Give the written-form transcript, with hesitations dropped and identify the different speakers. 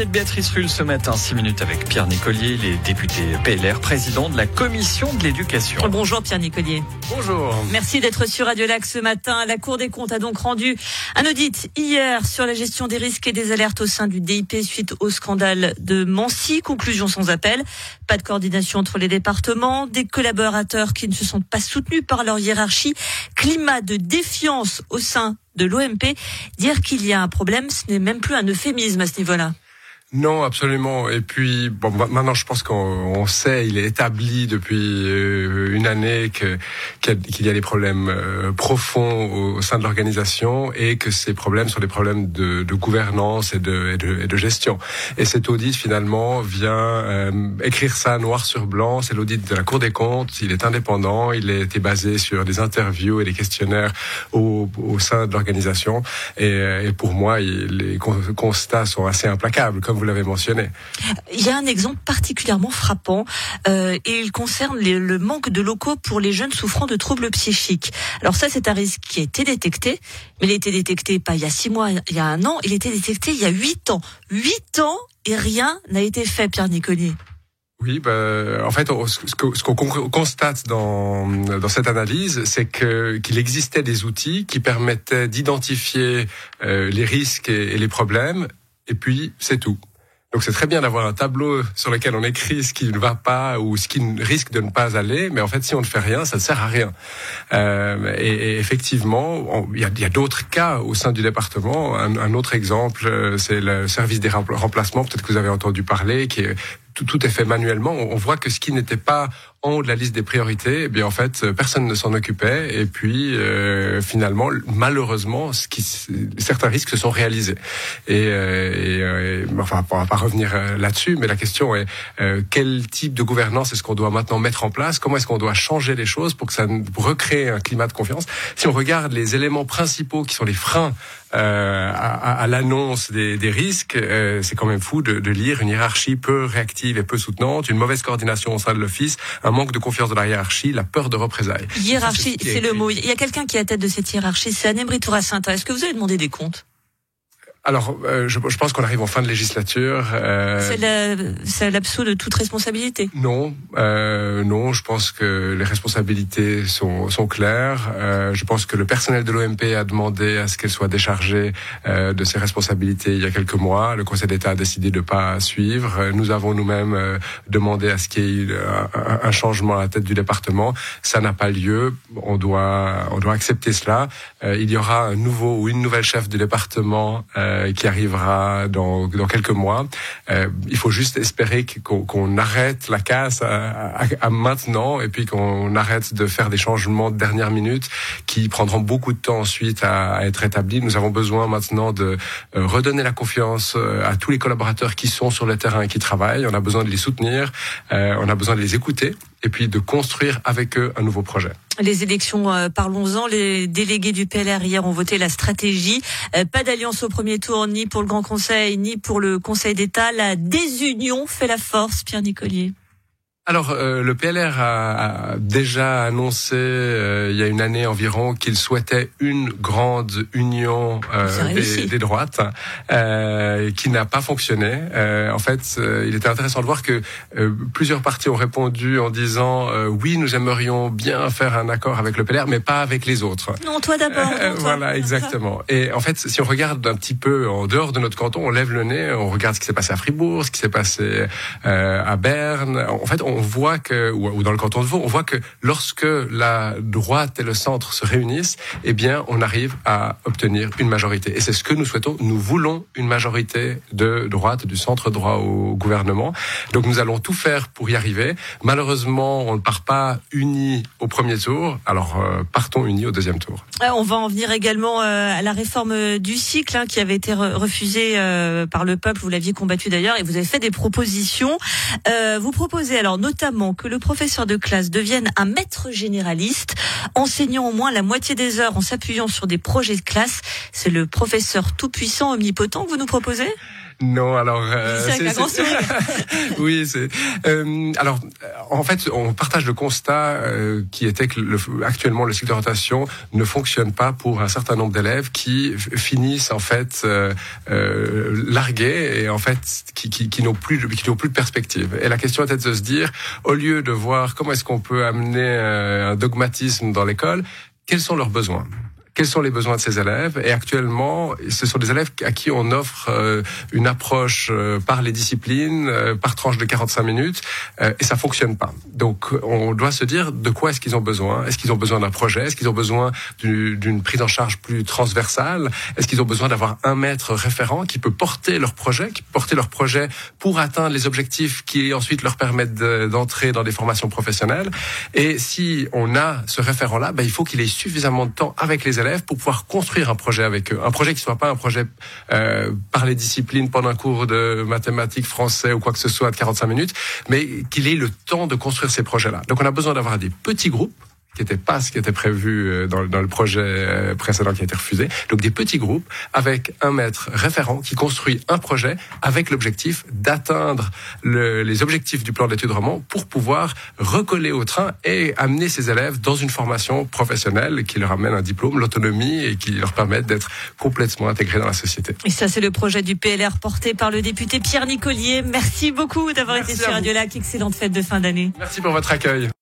Speaker 1: l'invité de Béatrice Rulle ce matin, 6 minutes avec Pierre Nicolier, les députés PLR, président de la commission de l'éducation.
Speaker 2: Bonjour Pierre Nicolier.
Speaker 1: Bonjour.
Speaker 2: Merci d'être sur Radio Lac ce matin. La Cour des comptes a donc rendu un audit hier sur la gestion des risques et des alertes au sein du DIP suite au scandale de Mancy. Conclusion sans appel. Pas de coordination entre les départements, des collaborateurs qui ne se sentent pas soutenus par leur hiérarchie, climat de défiance au sein de l'OMP. Dire qu'il y a un problème, ce n'est même plus un euphémisme à ce niveau-là.
Speaker 3: Non, absolument. Et puis, maintenant, je pense qu'on sait, il est établi depuis une année qu'il y a des problèmes profonds au sein de l'organisation et que ces problèmes sont des problèmes de gouvernance et de gestion. Et cet audit, finalement, vient écrire ça noir sur blanc. C'est l'audit de la Cour des comptes. Il est indépendant. Il a été basé sur des interviews et des questionnaires au sein de l'organisation. Et pour moi, les constats sont assez implacables, comme vous l'avez mentionné.
Speaker 2: Il y a un exemple particulièrement frappant et il concerne le manque de locaux pour les jeunes souffrant de troubles psychiques. Alors ça, c'est un risque qui a été détecté, mais il a été détecté pas il y a 6 mois, il y a 1 an, il a été détecté il y a 8 ans. 8 ans et rien n'a été fait, Pierre Nicolier.
Speaker 3: Oui, en fait, ce qu'on constate dans cette analyse, c'est qu'il existait des outils qui permettaient d'identifier les risques et les problèmes, et puis c'est tout. Donc c'est très bien d'avoir un tableau sur lequel on écrit ce qui ne va pas ou ce qui risque de ne pas aller, mais en fait si on ne fait rien, ça ne sert à rien. Et effectivement, il y a d'autres cas au sein du département. Un autre exemple, c'est le service des remplacements, peut-être que vous avez entendu parler, qui est tout est fait manuellement. On voit que ce qui n'était pas en haut de la liste des priorités, eh bien en fait personne ne s'en occupait. Et puis finalement, malheureusement, certains risques se sont réalisés. Enfin, on va pas revenir là-dessus, mais la question est quel type de gouvernance est-ce qu'on doit maintenant mettre en place? Comment est-ce qu'on doit changer les choses pour recréer un climat de confiance? Si on regarde les éléments principaux qui sont les freins à l'annonce des risques, c'est quand même fou de lire une hiérarchie peu réactive et peu soutenante, une mauvaise coordination au sein de l'office, un manque de confiance de la hiérarchie, la peur de représailles.
Speaker 2: Hiérarchie, c'est le mot. Il y a quelqu'un qui est à la tête de cette hiérarchie, c'est Anne Britoura-Saintin. Est-ce que vous avez demandé des comptes?
Speaker 3: Alors, je pense qu'on arrive en fin de législature.
Speaker 2: C'est l'absolu de toute responsabilité.
Speaker 3: Non, je pense que les responsabilités sont claires. Je pense que le personnel de l'OMP a demandé à ce qu'elle soit déchargée de ses responsabilités il y a quelques mois. Le Conseil d'État a décidé de pas suivre. Nous avons nous-mêmes demandé à ce qu'il y ait eu un changement à la tête du département. Ça n'a pas lieu. On doit accepter cela. Il y aura un nouveau ou une nouvelle chef du département qui arrivera dans quelques mois. Il faut juste espérer qu'on arrête la casse à maintenant et puis qu'on arrête de faire des changements de dernière minute qui prendront beaucoup de temps ensuite à être établis. Nous avons besoin maintenant de redonner la confiance à tous les collaborateurs qui sont sur le terrain et qui travaillent. On a besoin de les soutenir, on a besoin de les écouter et puis de construire avec eux un nouveau projet.
Speaker 2: Les élections, parlons-en. Les délégués du PLR hier ont voté la stratégie. Pas d'alliance au premier tour, ni pour le Grand Conseil, ni pour le Conseil d'État. La désunion fait la force, Pierre Nicolier.
Speaker 3: Alors, le PLR a déjà annoncé il y a une année environ qu'il souhaitait une grande union des droites qui n'a pas fonctionné. En fait, il était intéressant de voir que plusieurs partis ont répondu en disant oui, nous aimerions bien faire un accord avec le PLR, mais pas avec les autres.
Speaker 2: Non, toi d'abord.
Speaker 3: Voilà, exactement. Et en fait, si on regarde un petit peu en dehors de notre canton, on lève le nez, on regarde ce qui s'est passé à Fribourg, ce qui s'est passé à Berne. En fait, on voit que, ou dans le canton de Vaud, on voit que lorsque la droite et le centre se réunissent, eh bien, on arrive à obtenir une majorité. Et c'est ce que nous souhaitons. Nous voulons une majorité de droite, du centre droit au gouvernement. Donc, nous allons tout faire pour y arriver. Malheureusement, on ne part pas unis au premier tour. Alors, partons unis au deuxième tour.
Speaker 2: On va en venir également à la réforme du cycle, qui avait été refusée par le peuple. Vous l'aviez combattu d'ailleurs et vous avez fait des propositions. Vous proposez alors notamment que le professeur de classe devienne un maître généraliste, enseignant au moins la moitié des heures en s'appuyant sur des projets de classe. C'est le professeur tout-puissant, omnipotent que vous nous proposez ?
Speaker 3: Non, alors
Speaker 2: c'est un grand sourire.
Speaker 3: Oui, c'est alors en fait on partage le constat qui était que actuellement le cycle de rotation ne fonctionne pas pour un certain nombre d'élèves qui finissent en fait largués et en fait qui n'ont plus de perspective. Et la question était de se dire, au lieu de voir comment est-ce qu'on peut amener un dogmatisme dans l'école, quels sont leurs besoins? Quels sont les besoins de ces élèves? Et actuellement, ce sont des élèves à qui on offre une approche par les disciplines, par tranche de 45 minutes, et ça fonctionne pas. Donc, on doit se dire de quoi est-ce qu'ils ont besoin? Est-ce qu'ils ont besoin d'un projet? Est-ce qu'ils ont besoin d'une prise en charge plus transversale? Est-ce qu'ils ont besoin d'avoir un maître référent qui peut porter leur projet, pour atteindre les objectifs qui ensuite leur permettent d'entrer dans des formations professionnelles? Et si on a ce référent-là, il faut qu'il ait suffisamment de temps avec les élèves pour pouvoir construire un projet avec eux. Un projet qui ne soit pas un projet par les disciplines pendant un cours de mathématiques, français ou quoi que ce soit de 45 minutes, mais qu'il ait le temps de construire ces projets-là. Donc on a besoin d'avoir des petits groupes, qui n'était pas ce qui était prévu dans le projet précédent qui a été refusé. Donc des petits groupes avec un maître référent qui construit un projet avec l'objectif d'atteindre les objectifs du plan d'études roman pour pouvoir recoller au train et amener ces élèves dans une formation professionnelle qui leur amène un diplôme, l'autonomie et qui leur permette d'être complètement intégrés dans la société.
Speaker 2: Et ça, c'est le projet du PLR porté par le député Pierre Nicolier. Merci beaucoup d'avoir été sur Radio Lac. Excellente fête de fin d'année.
Speaker 3: Merci pour votre accueil.